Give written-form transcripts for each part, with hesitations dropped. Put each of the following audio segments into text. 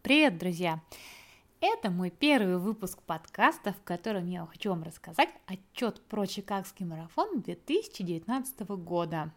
Привет, друзья! Это мой первый выпуск подкаста, в котором я хочу вам рассказать отчет про Чикагский марафон 2019 года.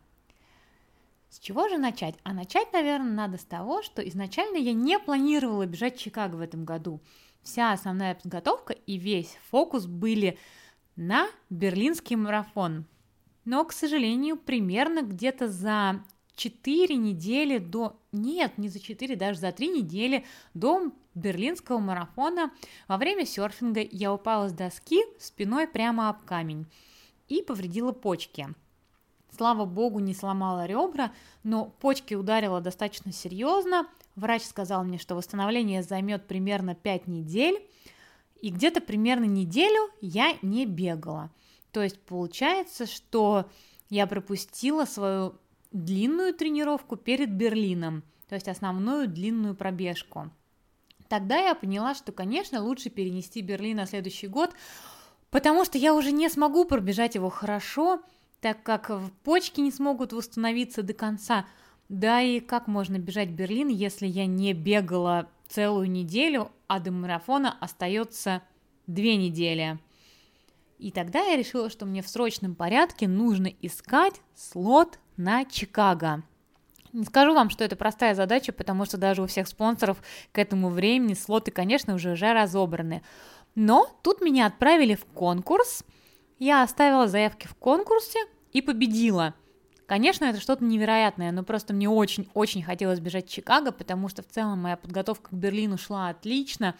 С чего же начать? А начать, наверное, надо с того, что изначально я не планировала бежать в Чикаго в этом году. Вся основная подготовка и весь фокус были на Берлинский марафон. Но, к сожалению, примерно где-то за 4 недели до... Нет, не за 4, даже за 3 недели до Берлинского марафона во время серфинга я упала с доски спиной прямо об камень и повредила почки. Слава богу, не сломала ребра, но почки ударила достаточно серьезно. Врач сказал мне, что восстановление займет примерно 5 недель, и где-то примерно неделю я не бегала. То есть получается, что я пропустила свою длинную тренировку перед Берлином, то есть основную длинную пробежку. Тогда я поняла, что, конечно, лучше перенести Берлин на следующий год, потому что я уже не смогу пробежать его хорошо, так как почки не смогут восстановиться до конца. Да и как можно бежать Берлин, если я не бегала целую неделю, а до марафона остается 2 недели. И тогда я решила, что мне в срочном порядке нужно искать слот на Чикаго. Не скажу вам, что это простая задача, потому что даже у всех спонсоров к этому времени слоты, конечно, уже разобраны. Но тут меня отправили в конкурс, я оставила заявки в конкурсе и победила. Конечно, это что-то невероятное, но просто мне очень-очень хотелось бежать в Чикаго, потому что в целом моя подготовка к Берлину шла отлично.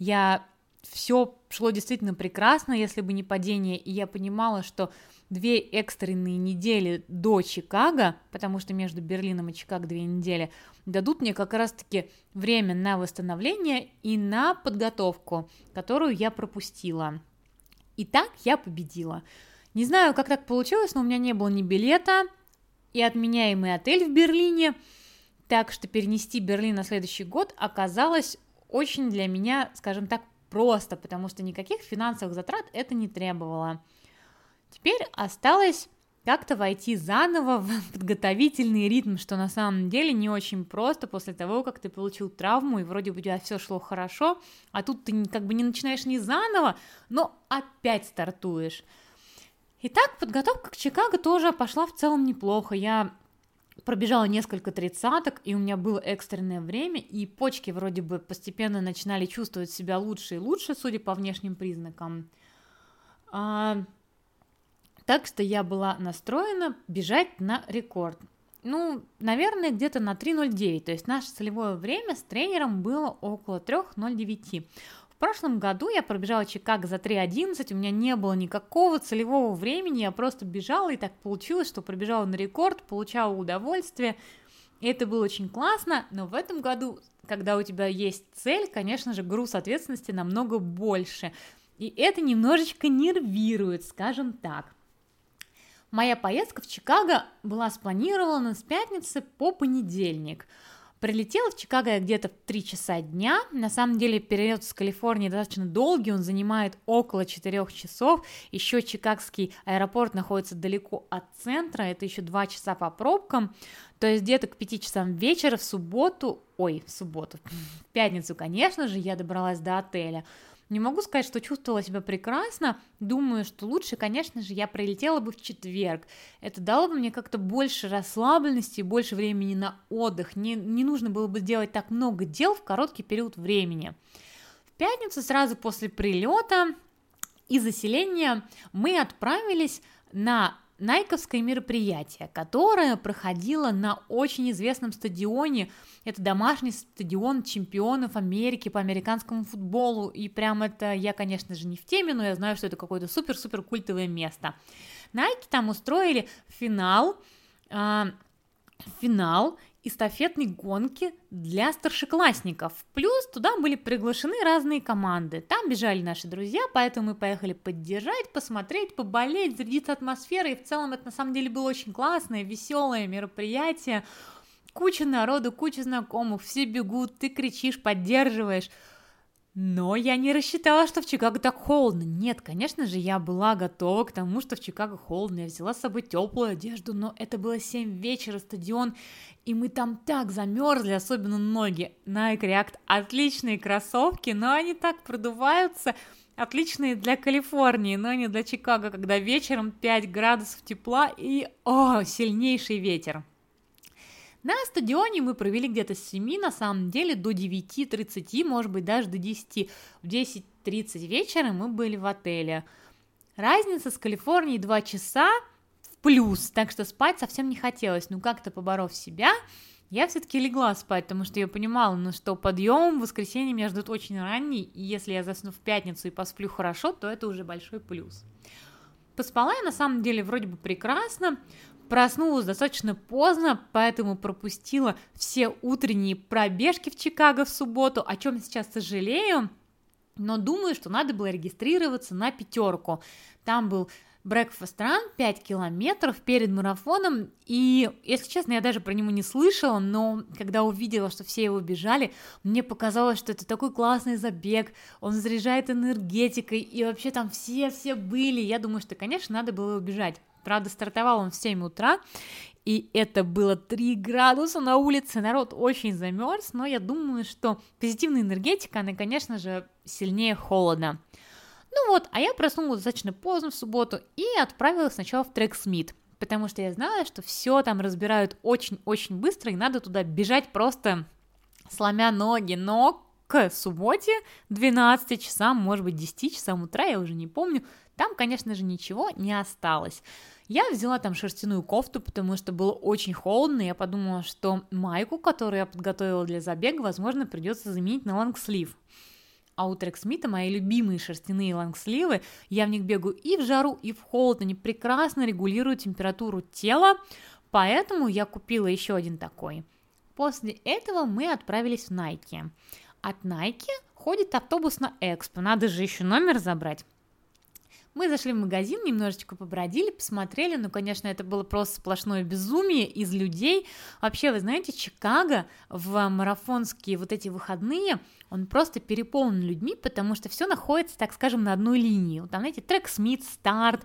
Все шло действительно прекрасно, если бы не падение, и я понимала, что 2 экстренные недели до Чикаго, потому что между Берлином и Чикаго 2 недели, дадут мне как раз-таки время на восстановление и на подготовку, которую я пропустила. И так я победила. Не знаю, как так получилось, но у меня не было ни билета, и отменяемый отель в Берлине, так что перенести Берлин на следующий год оказалось очень для меня, скажем так, просто, потому что никаких финансовых затрат это не требовало. Теперь осталось как-то войти заново в подготовительный ритм, что на самом деле не очень просто после того, как ты получил травму, и вроде бы у тебя все шло хорошо, а тут ты как бы не начинаешь не заново, но опять стартуешь. Итак, подготовка к Чикаго тоже пошла в целом неплохо. Я пробежала несколько тридцаток, и у меня было экстренное время, и почки вроде бы постепенно начинали чувствовать себя лучше и лучше, судя по внешним признакам. Так что я была настроена бежать на рекорд. Наверное, где-то на 3:09, то есть наше целевое время с тренером было около 3:09. В прошлом году я пробежала Чикаго за 3:11, у меня не было никакого целевого времени, я просто бежала, и так получилось, что пробежала на рекорд, получала удовольствие, и это было очень классно, но в этом году, когда у тебя есть цель, конечно же, груз ответственности намного больше, и это немножечко нервирует, скажем так. Моя поездка в Чикаго была спланирована с пятницы по понедельник. Прилетела в Чикаго я где-то в 3 часа дня. На самом деле перелет с Калифорнии достаточно долгий, он занимает около 4 часов. Еще Чикагский аэропорт находится далеко от центра, это еще 2 часа по пробкам. То есть где-то к 5 часам вечера в пятницу, конечно же, я добралась до отеля. Не могу сказать, что чувствовала себя прекрасно, думаю, что лучше, конечно же, я прилетела бы в четверг. Это дало бы мне как-то больше расслабленности, больше времени на отдых, не нужно было бы делать так много дел в короткий период времени. В пятницу сразу после прилета и заселения мы отправились на найковское мероприятие, которое проходило на очень известном стадионе. Это домашний стадион чемпионов Америки по американскому футболу. И прям это я, конечно же, не в теме, но я знаю, что это какое-то супер-супер культовое место. Найки там устроили финал эстафетной гонки для старшеклассников. Плюс туда были приглашены разные команды. Там бежали наши друзья, поэтому мы поехали поддержать, посмотреть, поболеть, зарядиться атмосферой. И в целом это на самом деле было очень классное, веселое мероприятие. Куча народу, куча знакомых, все бегут, ты кричишь, поддерживаешь. Но я не рассчитала, что в Чикаго так холодно. Нет, конечно же, я была готова к тому, что в Чикаго холодно. Я взяла с собой теплую одежду, но это было 7 вечера, стадион, и мы там так замерзли, особенно ноги. Nike React отличные кроссовки, но они так продуваются, отличные для Калифорнии, но не для Чикаго, когда вечером 5 градусов тепла и сильнейший ветер. На стадионе мы провели где-то с 7, на самом деле, до 9:30, может быть, даже до 10. В 10:30 вечера мы были в отеле. Разница с Калифорнией 2 часа в плюс, так что спать совсем не хотелось. Но как-то поборов себя, я все-таки легла спать, потому что я понимала, что подъем в воскресенье меня ждут очень ранний, и если я засну в пятницу и посплю хорошо, то это уже большой плюс. Поспала я на самом деле вроде бы прекрасно, проснулась достаточно поздно, поэтому пропустила все утренние пробежки в Чикаго в субботу, о чем сейчас сожалею, но думаю, что надо было регистрироваться на 5. Там был Breakfast Run 5 километров перед марафоном, и, если честно, я даже про него не слышала, но когда увидела, что все его бежали, мне показалось, что это такой классный забег, он заряжает энергетикой, и вообще там все были, я думаю, что, конечно, надо было его бежать. Правда, стартовал он в 7 утра, и это было 3 градуса на улице, народ очень замерз, но я думаю, что позитивная энергетика, она, конечно же, сильнее холода. А я проснулась достаточно поздно в субботу и отправилась сначала в Трек Смит, потому что я знала, что все там разбирают очень-очень быстро, и надо туда бежать просто сломя ноги, но к субботе 12 часам, может быть 10 часам утра, я уже не помню, там, конечно же, ничего не осталось. Я взяла там шерстяную кофту, потому что было очень холодно, и я подумала, что майку, которую я подготовила для забега, возможно, придется заменить на лонгслив. А у Трек Смита мои любимые шерстяные лонгсливы, я в них бегаю и в жару, и в холод, они прекрасно регулируют температуру тела, поэтому я купила еще один такой. После этого мы отправились в Nike. От Nike ходит автобус на Экспо, надо же еще номер забрать. Мы зашли в магазин, немножечко побродили, посмотрели, конечно, это было просто сплошное безумие из людей. Вообще, вы знаете, Чикаго в марафонские вот эти выходные, он просто переполнен людьми, потому что все находится, так скажем, на одной линии. Там, знаете, Трек Смит, Старт,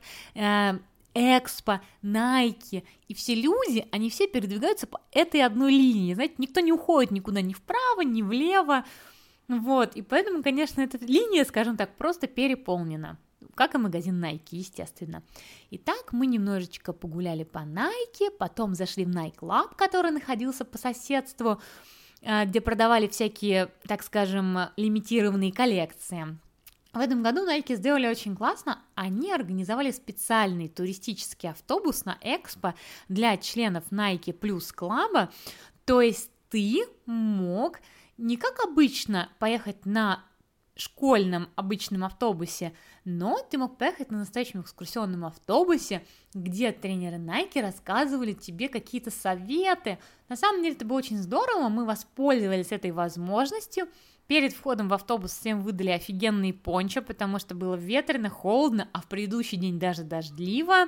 Экспо, Nike, и все люди, они все передвигаются по этой одной линии, знаете, никто не уходит никуда ни вправо, ни влево, и поэтому, конечно, эта линия, скажем так, просто переполнена. Как и магазин Nike, естественно. Итак, мы немножечко погуляли по Nike, потом зашли в Nike Lab, который находился по соседству, где продавали всякие, так скажем, лимитированные коллекции. В этом году Nike сделали очень классно, они организовали специальный туристический автобус на Экспо для членов Nike Plus Club, то есть ты мог не как обычно поехать на школьном обычном автобусе, но ты мог поехать на настоящем экскурсионном автобусе, где тренеры Nike рассказывали тебе какие-то советы. На самом деле это было очень здорово, мы воспользовались этой возможностью. Перед входом в автобус всем выдали офигенные пончо, потому что было ветрено, холодно, а в предыдущий день даже дождливо.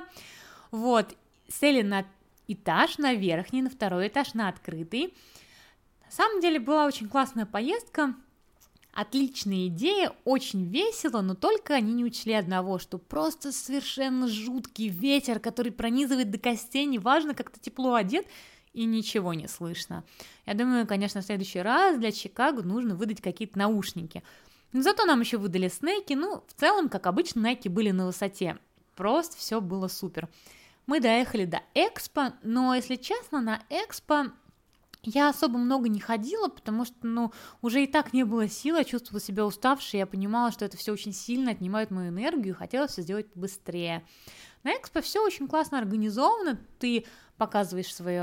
Сели на этаж, на верхний, на второй этаж, на открытый. На самом деле была очень классная поездка. Отличная идея, очень весело, но только они не учли одного, что просто совершенно жуткий ветер, который пронизывает до костей, неважно, как ты тепло одет, и ничего не слышно. Я думаю, конечно, в следующий раз для Чикаго нужно выдать какие-то наушники. Но зато нам еще выдали снеки, в целом, как обычно, Nike были на высоте. Просто все было супер. Мы доехали до Экспо, но, если честно, на Экспо я особо много не ходила, потому что, уже и так не было сил, я чувствовала себя уставшей, я понимала, что это все очень сильно отнимает мою энергию, и хотела все сделать быстрее. На Экспо все очень классно организовано, ты показываешь свое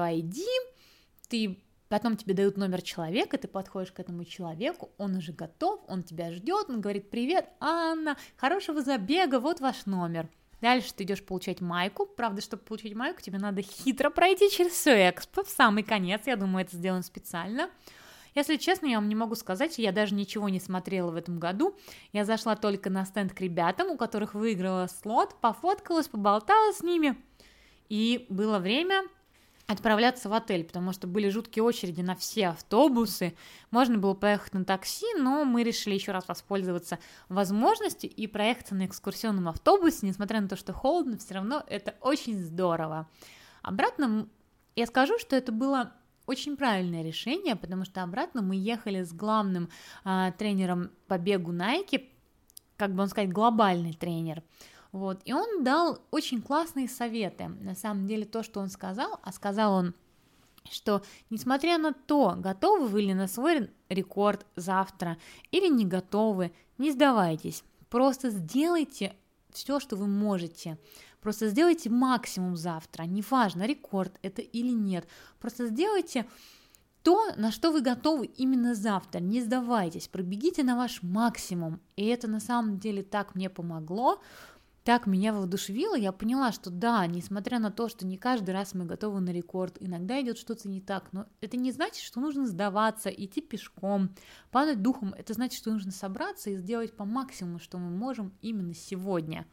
ID, потом тебе дают номер человека, ты подходишь к этому человеку, он уже готов, он тебя ждет, он говорит: «Привет, Анна, хорошего забега, вот ваш номер». Дальше ты идешь получать майку. Правда, чтобы получить майку, тебе надо хитро пройти через все Экспо в самый конец. Я думаю, это сделано специально. Если честно, я вам не могу сказать, я даже ничего не смотрела в этом году. Я зашла только на стенд к ребятам, у которых выиграла слот, пофоткалась, поболтала с ними. И было время отправляться в отель, потому что были жуткие очереди на все автобусы, можно было поехать на такси, но мы решили еще раз воспользоваться возможностью и проехаться на экскурсионном автобусе, несмотря на то, что холодно, все равно это очень здорово. Обратно я скажу, что это было очень правильное решение, потому что обратно мы ехали с главным тренером по бегу Nike, как бы он сказать, глобальный тренер. Вот, и он дал очень классные советы. На самом деле то, что он сказал, а сказал он, что несмотря на то, готовы вы ли на свой рекорд завтра или не готовы, не сдавайтесь. Просто сделайте все, что вы можете. Просто сделайте максимум завтра. Неважно, рекорд это или нет. Просто сделайте то, на что вы готовы именно завтра. Не сдавайтесь, пробегите на ваш максимум. И это на самом деле так мне помогло. Так меня воодушевило, я поняла, что да, несмотря на то, что не каждый раз мы готовы на рекорд, иногда идет что-то не так, но это не значит, что нужно сдаваться, идти пешком, падать духом, это значит, что нужно собраться и сделать по максимуму, что мы можем именно сегодня.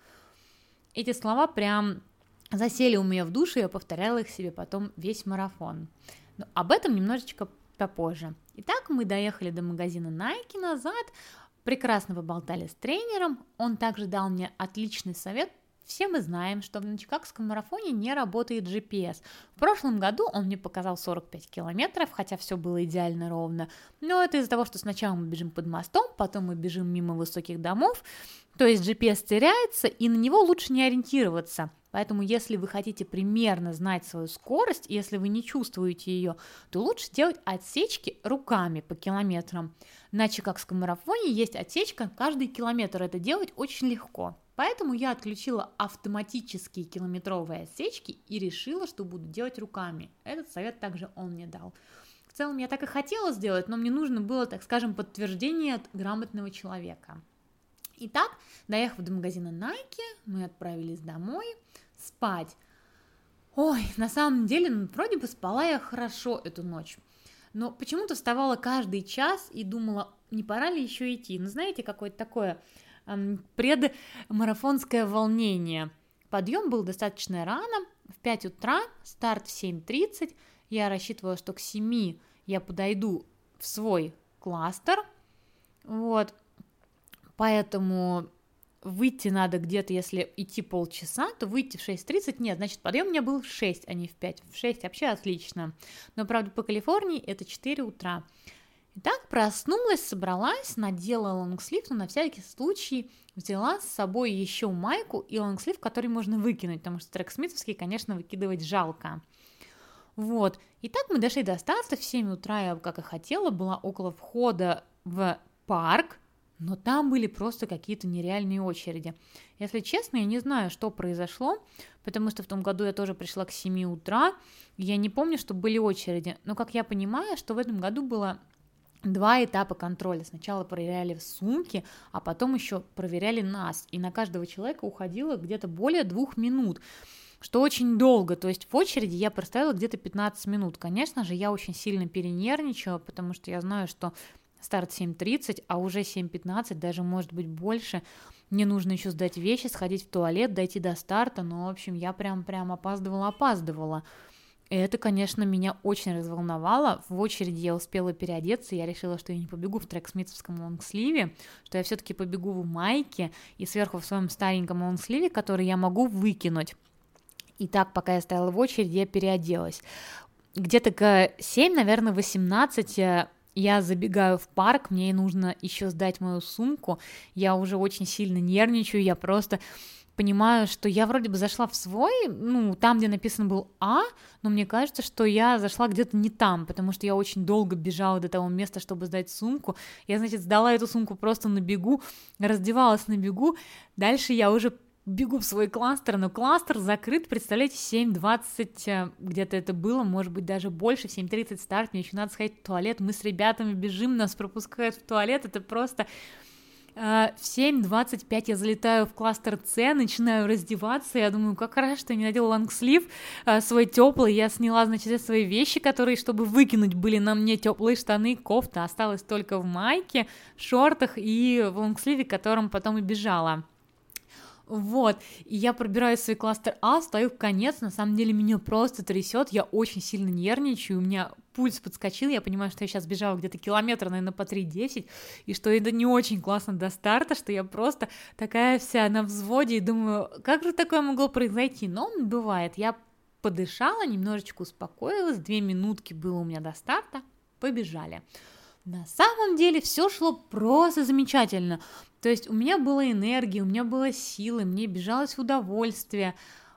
Эти слова прям засели у меня в душе, я повторяла их себе потом весь марафон. Но об этом немножечко попозже. Итак, мы доехали до магазина Nike назад, прекрасно поболтали с тренером, он также дал мне отличный совет. Все мы знаем, что на Чикагском марафоне не работает GPS. В прошлом году он мне показал 45 километров, хотя все было идеально ровно. Но это из-за того, что сначала мы бежим под мостом, потом мы бежим мимо высоких домов, то есть GPS теряется, и на него лучше не ориентироваться. Поэтому, если вы хотите примерно знать свою скорость, если вы не чувствуете ее, то лучше делать отсечки руками по километрам. На Чикагском марафоне есть отсечка каждый километр, это делать очень легко. Поэтому я отключила автоматические километровые отсечки и решила, что буду делать руками. Этот совет также он мне дал. В целом я так и хотела сделать, но мне нужно было, так скажем, подтверждение от грамотного человека. Итак, доехав до магазина Nike, мы отправились домой спать. Ой, на самом деле, вроде бы спала я хорошо эту ночь, но почему-то вставала каждый час и думала, не пора ли еще идти. Ну, знаете, какое-то такое предмарафонское волнение. Подъем был достаточно рано, в 5 утра, старт в 7:30. Я рассчитывала, что к 7 я подойду в свой кластер, вот. Поэтому выйти надо где-то, если идти полчаса, то выйти в 6:30. Нет, значит, подъем у меня был в 6, а не в 5. В 6 вообще отлично. Но, правда, по Калифорнии это 4 утра. Итак, проснулась, собралась, надела лонгслив, но на всякий случай взяла с собой еще майку и лонгслив, который можно выкинуть, потому что трек-смитовский, конечно, выкидывать жалко. Вот. Итак, мы дошли до старта в 7 утра, я, как и хотела, была около входа в парк, но там были просто какие-то нереальные очереди. Если честно, я не знаю, что произошло, потому что в том году я тоже пришла к 7 утра, и я не помню, что были очереди. Но, как я понимаю, что в этом году было 2 этапа контроля. Сначала проверяли сумки, а потом еще проверяли нас. И на каждого человека уходило где-то более 2 минут, что очень долго. То есть в очереди я простояла где-то 15 минут. Конечно же, я очень сильно перенервничала, потому что я знаю, что старт 7:30, а уже 7:15, даже может быть больше. Мне нужно еще сдать вещи, сходить в туалет, дойти до старта. Ну, в общем, я прям опаздывала. И это, конечно, меня очень разволновало. В очереди я успела переодеться, я решила, что я не побегу в трек-смитовском лонгсливе, что я все-таки побегу в майке и сверху в своем стареньком лонгсливе, который я могу выкинуть. И так, пока я стояла в очереди, я переоделась. Где-то к 7, наверное, 18 я забегаю в парк, мне нужно еще сдать мою сумку, я уже очень сильно нервничаю, я просто понимаю, что я вроде бы зашла в свой, там, где написан был А, но мне кажется, что я зашла где-то не там, потому что я очень долго бежала до того места, чтобы сдать сумку. Я, значит, сдала эту сумку просто на бегу, раздевалась на бегу, дальше я уже бегу в свой кластер, но кластер закрыт, представляете, 7:20 где-то это было, может быть, даже больше, в 7:30 старт, мне еще надо сходить в туалет, мы с ребятами бежим, нас пропускают в туалет, это просто... В 7:25 я залетаю в кластер С, начинаю раздеваться, я думаю, как хорошо, что я не надела лонгслив свой теплый, я сняла, значит, свои вещи, которые, чтобы выкинуть, были на мне теплые штаны, кофта, осталась только в майке, шортах и в лонгсливе, которым потом и бежала. Вот, и я пробираю свой кластер А, стою в конец, на самом деле меня просто трясет, я очень сильно нервничаю, у меня пульс подскочил, я понимаю, что я сейчас бежала где-то километр, наверное, по 3:10, и что это не очень классно до старта, что я просто такая вся на взводе, и думаю, как же такое могло произойти, но бывает, я подышала, немножечко успокоилась, 2 минутки было у меня до старта, побежали. На самом деле все шло просто замечательно. То есть у меня была энергия, у меня была сила, мне бежалось удовольствие.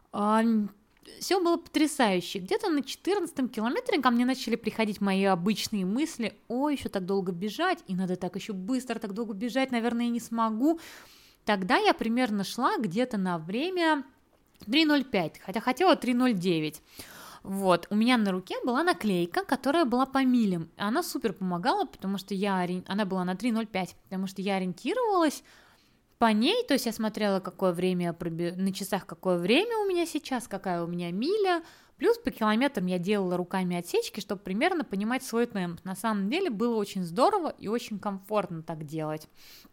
Все было потрясающе. Где-то на 14 километре ко мне начали приходить мои обычные мысли. Ой, еще так долго бежать, и надо так еще быстро, так долго бежать, наверное, я не смогу. Тогда я примерно шла где-то на время 3:05, хотя хотела 3:09. Вот, у меня на руке была наклейка, которая была по милям. Она супер помогала, потому что она была на 3:05, потому что я ориентировалась по ней, то есть я смотрела, какое время на часах, какое время у меня сейчас, какая у меня миля, плюс по километрам я делала руками отсечки, чтобы примерно понимать свой темп. На самом деле было очень здорово и очень комфортно так делать.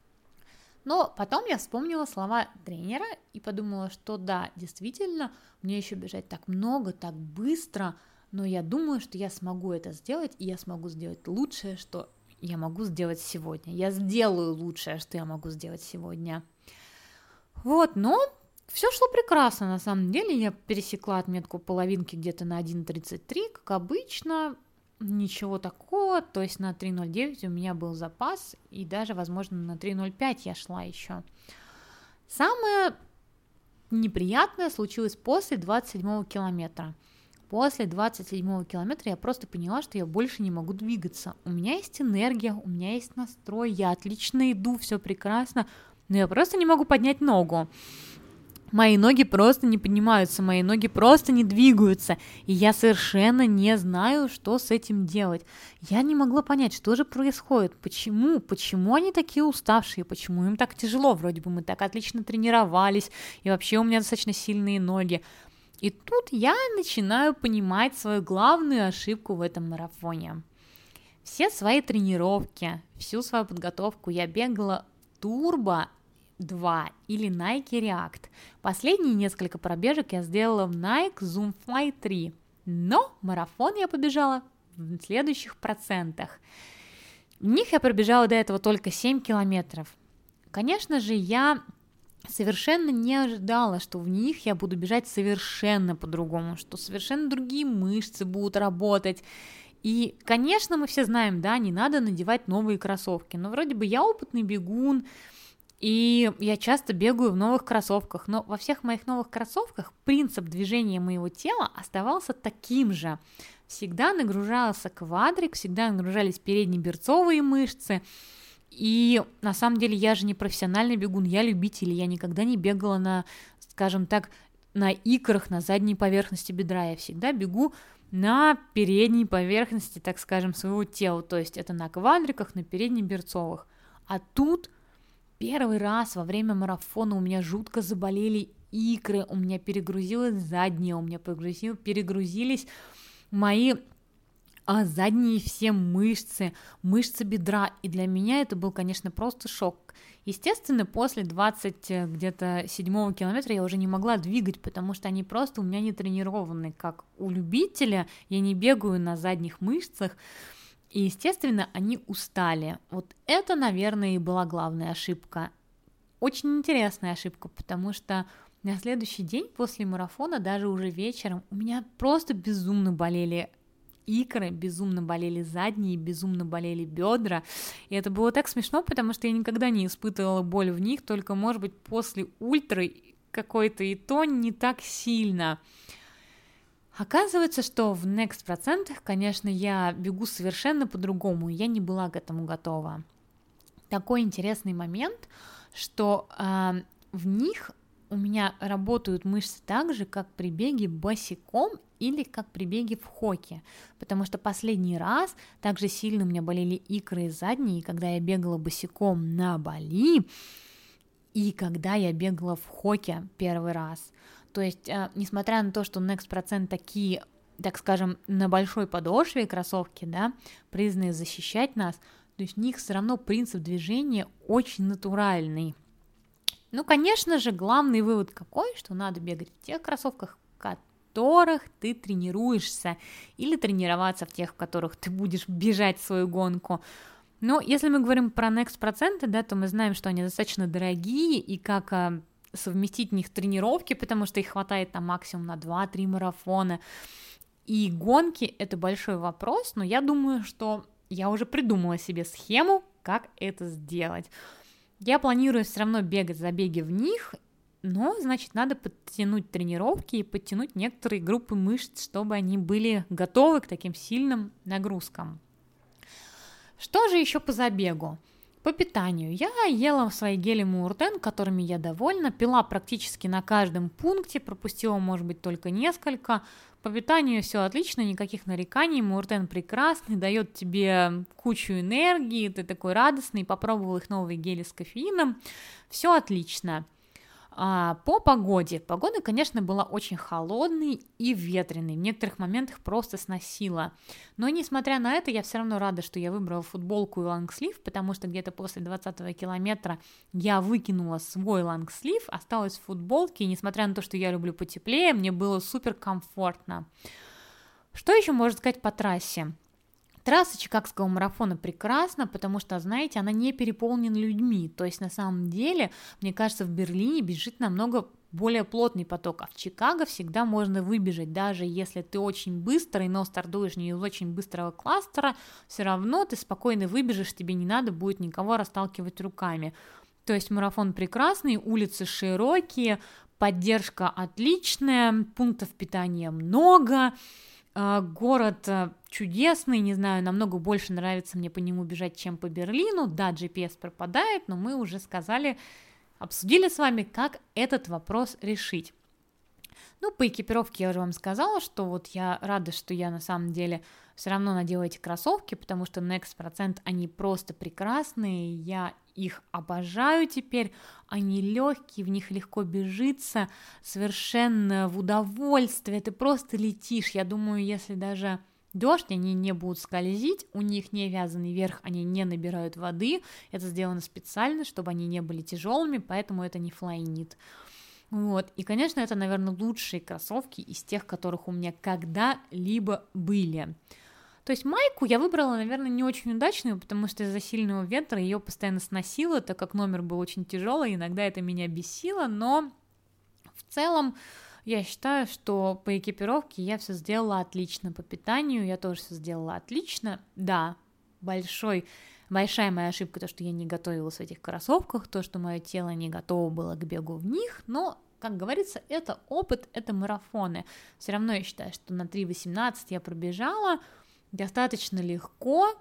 Но потом я вспомнила слова тренера и подумала, что да, действительно, мне еще бежать так много, так быстро, но я думаю, что я смогу это сделать, и я смогу сделать лучшее, что я могу сделать сегодня. Я сделаю лучшее, что я могу сделать сегодня. Вот, но все шло прекрасно, на самом деле. Я пересекла отметку половинки где-то на 1:33, как обычно. Ничего такого, то есть на 3:09 у меня был запас, и даже, возможно, на 3:05 я шла еще. Самое неприятное случилось после 27-го километра. После 27-го километра я просто поняла, что я больше не могу двигаться. У меня есть энергия, у меня есть настрой, я отлично иду, все прекрасно, но я просто не могу поднять ногу. Мои ноги просто не поднимаются, мои ноги просто не двигаются, и я совершенно не знаю, что с этим делать. Я не могла понять, что же происходит, почему они такие уставшие, почему им так тяжело, вроде бы мы так отлично тренировались, и вообще у меня достаточно сильные ноги. И тут я начинаю понимать свою главную ошибку в этом марафоне. Все свои тренировки, всю свою подготовку я бегала турбо 2 или Nike React. Последние несколько пробежек я сделала в Nike Zoom Fly 3, но марафон я побежала в следующих процентах. В них я пробежала до этого только 7 километров. Конечно же, я совершенно не ожидала, что в них я буду бежать совершенно по-другому, что совершенно другие мышцы будут работать. И, конечно, мы все знаем, да, не надо надевать новые кроссовки, но вроде бы я опытный бегун, и я часто бегаю в новых кроссовках, но во всех моих новых кроссовках принцип движения моего тела оставался таким же. Всегда нагружался квадрик, всегда нагружались переднеберцовые мышцы, и на самом деле я же не профессиональный бегун, я любитель, я никогда не бегала на, скажем так, на икрах, на задней поверхности бедра, я всегда бегу на передней поверхности, так скажем, своего тела, то есть это на квадриках, на переднеберцовых. А тут первый раз во время марафона у меня жутко заболели икры, у меня перегрузилась задняя, у меня перегрузились мои задние все мышцы бедра, и для меня это был, конечно, просто шок. Естественно, после 27-го километра я уже не могла двигать, потому что они просто у меня не тренированы, как у любителя, я не бегаю на задних мышцах, и, естественно, они устали. Вот это, наверное, и была главная ошибка. Очень интересная ошибка, потому что на следующий день после марафона, даже уже вечером, у меня просто безумно болели икры, безумно болели задние, безумно болели бедра. И это было так смешно, потому что я никогда не испытывала боль в них, только, может быть, после ультры какой-то, и то не так сильно. Оказывается, что в Next процентах, конечно, я бегу совершенно по-другому, я не была к этому готова. Такой интересный момент, что в них у меня работают мышцы так же, как при беге босиком или как при беге в хоке, потому что последний раз также сильно у меня болели икры и задние, когда я бегала босиком на Бали, и когда я бегала в хоке первый раз. То есть, несмотря на то, что Next процент такие, так скажем, на большой подошве кроссовки, да, призванные защищать нас, то есть в них все равно принцип движения очень натуральный. Ну, конечно же, главный вывод какой, что надо бегать в тех кроссовках, в которых ты тренируешься, или тренироваться в тех, в которых ты будешь бежать свою гонку. Но если мы говорим про Next%, да, то мы знаем, что они достаточно дорогие, и как совместить в них тренировки, потому что их хватает там максимум на 2-3 марафона. И гонки — это большой вопрос, но я думаю, что я уже придумала себе схему, как это сделать. Я планирую все равно бегать забеги в них, но, значит, надо подтянуть тренировки и подтянуть некоторые группы мышц, чтобы они были готовы к таким сильным нагрузкам. Что же еще по забегу? По питанию. Я ела свои гели Мууртен, которыми я довольна, пила практически на каждом пункте, пропустила, может быть, только несколько. По питанию все отлично, никаких нареканий, Мууртен прекрасный, дает тебе кучу энергии, ты такой радостный, попробовал их новые гели с кофеином, все отлично. По погоде. Погода, конечно, была очень холодной и ветреной, в некоторых моментах просто сносила. Но, несмотря на это, я все равно рада, что я выбрала футболку и лонгслив, потому что где-то после 20-го километра я выкинула свой лонгслив, осталась в футболке, и несмотря на то, что я люблю потеплее, мне было супер комфортно. Что еще можно сказать по трассе? Трасса Чикагского марафона прекрасна, потому что, знаете, она не переполнена людьми. То есть, на самом деле, мне кажется, в Берлине бежит намного более плотный поток, а в Чикаго всегда можно выбежать, даже если ты очень быстрый, но стартуешь не из очень быстрого кластера, все равно ты спокойно выбежишь, тебе не надо будет никого расталкивать руками. То есть марафон прекрасный, улицы широкие, поддержка отличная, пунктов питания много, город чудесный, не знаю, намного больше нравится мне по нему бежать, чем по Берлину. Да, GPS пропадает, но мы уже обсудили с вами, как этот вопрос решить. Ну, по экипировке я уже вам сказала, что вот я рада, что я на самом деле все равно надела эти кроссовки, потому что Next%, они просто прекрасные, я их обожаю теперь, они легкие, в них легко бежится, совершенно в удовольствие, ты просто летишь. Я думаю, если даже дождь, они не будут скользить, у них не вязаный верх, они не набирают воды, это сделано специально, чтобы они не были тяжелыми, поэтому это не флайнит. Вот, и, конечно, это, наверное, лучшие кроссовки из тех, которых у меня когда-либо были. То есть майку я выбрала, наверное, не очень удачную, потому что из-за сильного ветра ее постоянно сносило, так как номер был очень тяжелый, иногда это меня бесило, но в целом я считаю, что по экипировке я все сделала отлично, по питанию я тоже все сделала отлично. Да, большая моя ошибка, то, что я не готовилась в этих кроссовках, то, что мое тело не готово было к бегу в них, но, как говорится, это опыт, это марафоны. Все равно я считаю, что на 3:18 я пробежала достаточно легко.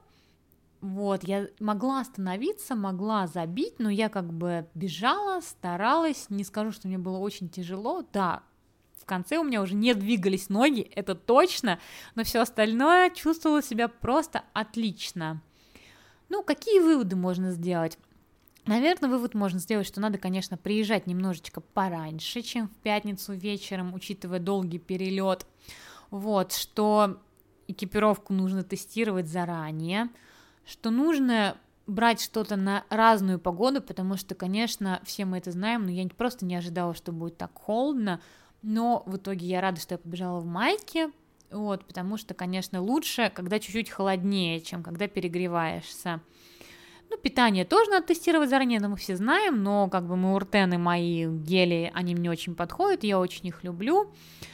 Вот, я могла остановиться, могла забить, но я как бы бежала, старалась, не скажу, что мне было очень тяжело, да, в конце у меня уже не двигались ноги, это точно, но все остальное чувствовала себя просто отлично. Ну, какие выводы можно сделать? Наверное, вывод можно сделать, что надо, конечно, приезжать немножечко пораньше, чем в пятницу вечером, учитывая долгий перелет. Вот, что экипировку нужно тестировать заранее, что нужно брать что-то на разную погоду, потому что, конечно, все мы это знаем, но я просто не ожидала, что будет так холодно, но в итоге я рада, что я побежала в майке, вот, потому что, конечно, лучше, когда чуть-чуть холоднее, чем когда перегреваешься. Ну, питание тоже надо тестировать заранее, это мы все знаем, но как бы Мууртены мои гели, они мне очень подходят, я очень их люблю.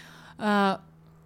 Что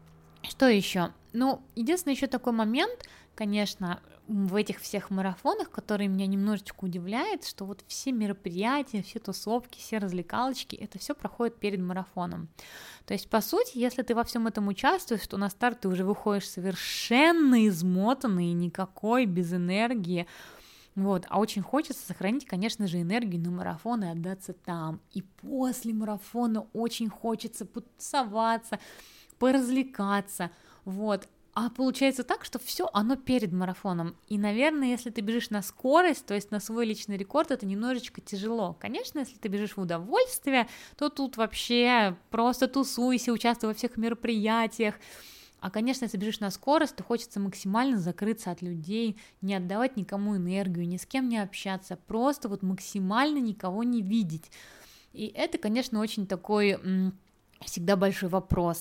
еще? Ну, единственный еще такой момент, конечно, в этих всех марафонах, которые меня немножечко удивляет, что вот все мероприятия, все тусовки, все развлекалочки, это все проходит перед марафоном. То есть, по сути, если ты во всем этом участвуешь, то на старт ты уже выходишь совершенно измотанный, никакой, без энергии. Вот, а очень хочется сохранить, конечно же, энергию на марафон и отдаться там. И после марафона очень хочется потусоваться, поразвлекаться, вот. А получается так, что все оно перед марафоном. И, наверное, если ты бежишь на скорость, то есть на свой личный рекорд, это немножечко тяжело. Конечно, если ты бежишь в удовольствие, то тут вообще просто тусуйся, участвуй во всех мероприятиях. А, конечно, если бежишь на скорость, то хочется максимально закрыться от людей, не отдавать никому энергию, ни с кем не общаться, просто вот максимально никого не видеть. И это, конечно, очень такой всегда большой вопрос,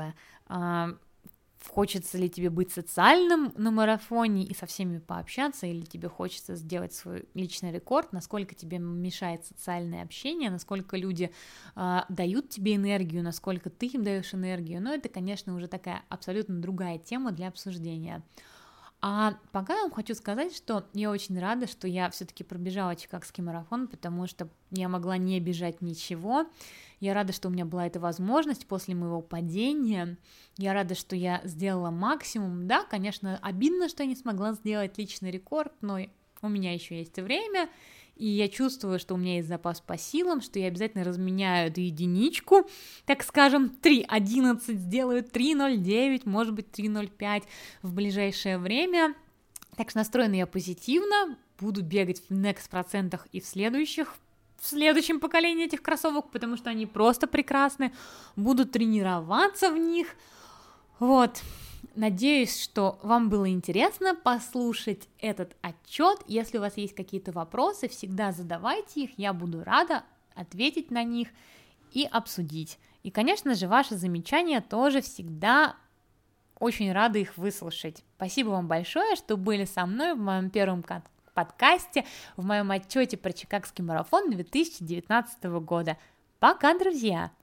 хочется ли тебе быть социальным на марафоне и со всеми пообщаться, или тебе хочется сделать свой личный рекорд, насколько тебе мешает социальное общение, насколько люди дают тебе энергию, насколько ты им даешь энергию, но это, конечно, уже такая абсолютно другая тема для обсуждения. А пока я вам хочу сказать, что я очень рада, что я все-таки пробежала Чикагский марафон, потому что я могла не бежать ничего. Я рада, что у меня была эта возможность после моего падения. Я рада, что я сделала максимум. Да, конечно, обидно, что я не смогла сделать личный рекорд, но у меня еще есть время, и я чувствую, что у меня есть запас по силам, что я обязательно разменяю эту единичку, так скажем, 3:11, сделаю 3:09, может быть 3:05 в ближайшее время. Так что настроена я позитивно, буду бегать в Next процентах и в следующем поколении этих кроссовок, потому что они просто прекрасны, буду тренироваться в них, вот. Надеюсь, что вам было интересно послушать этот отчет. Если у вас есть какие-то вопросы, всегда задавайте их, я буду рада ответить на них и обсудить. И, конечно же, ваши замечания тоже всегда очень рада их выслушать. Спасибо вам большое, что были со мной в моем первом подкасте, в моем отчете про Чикагский марафон 2019 года. Пока, друзья!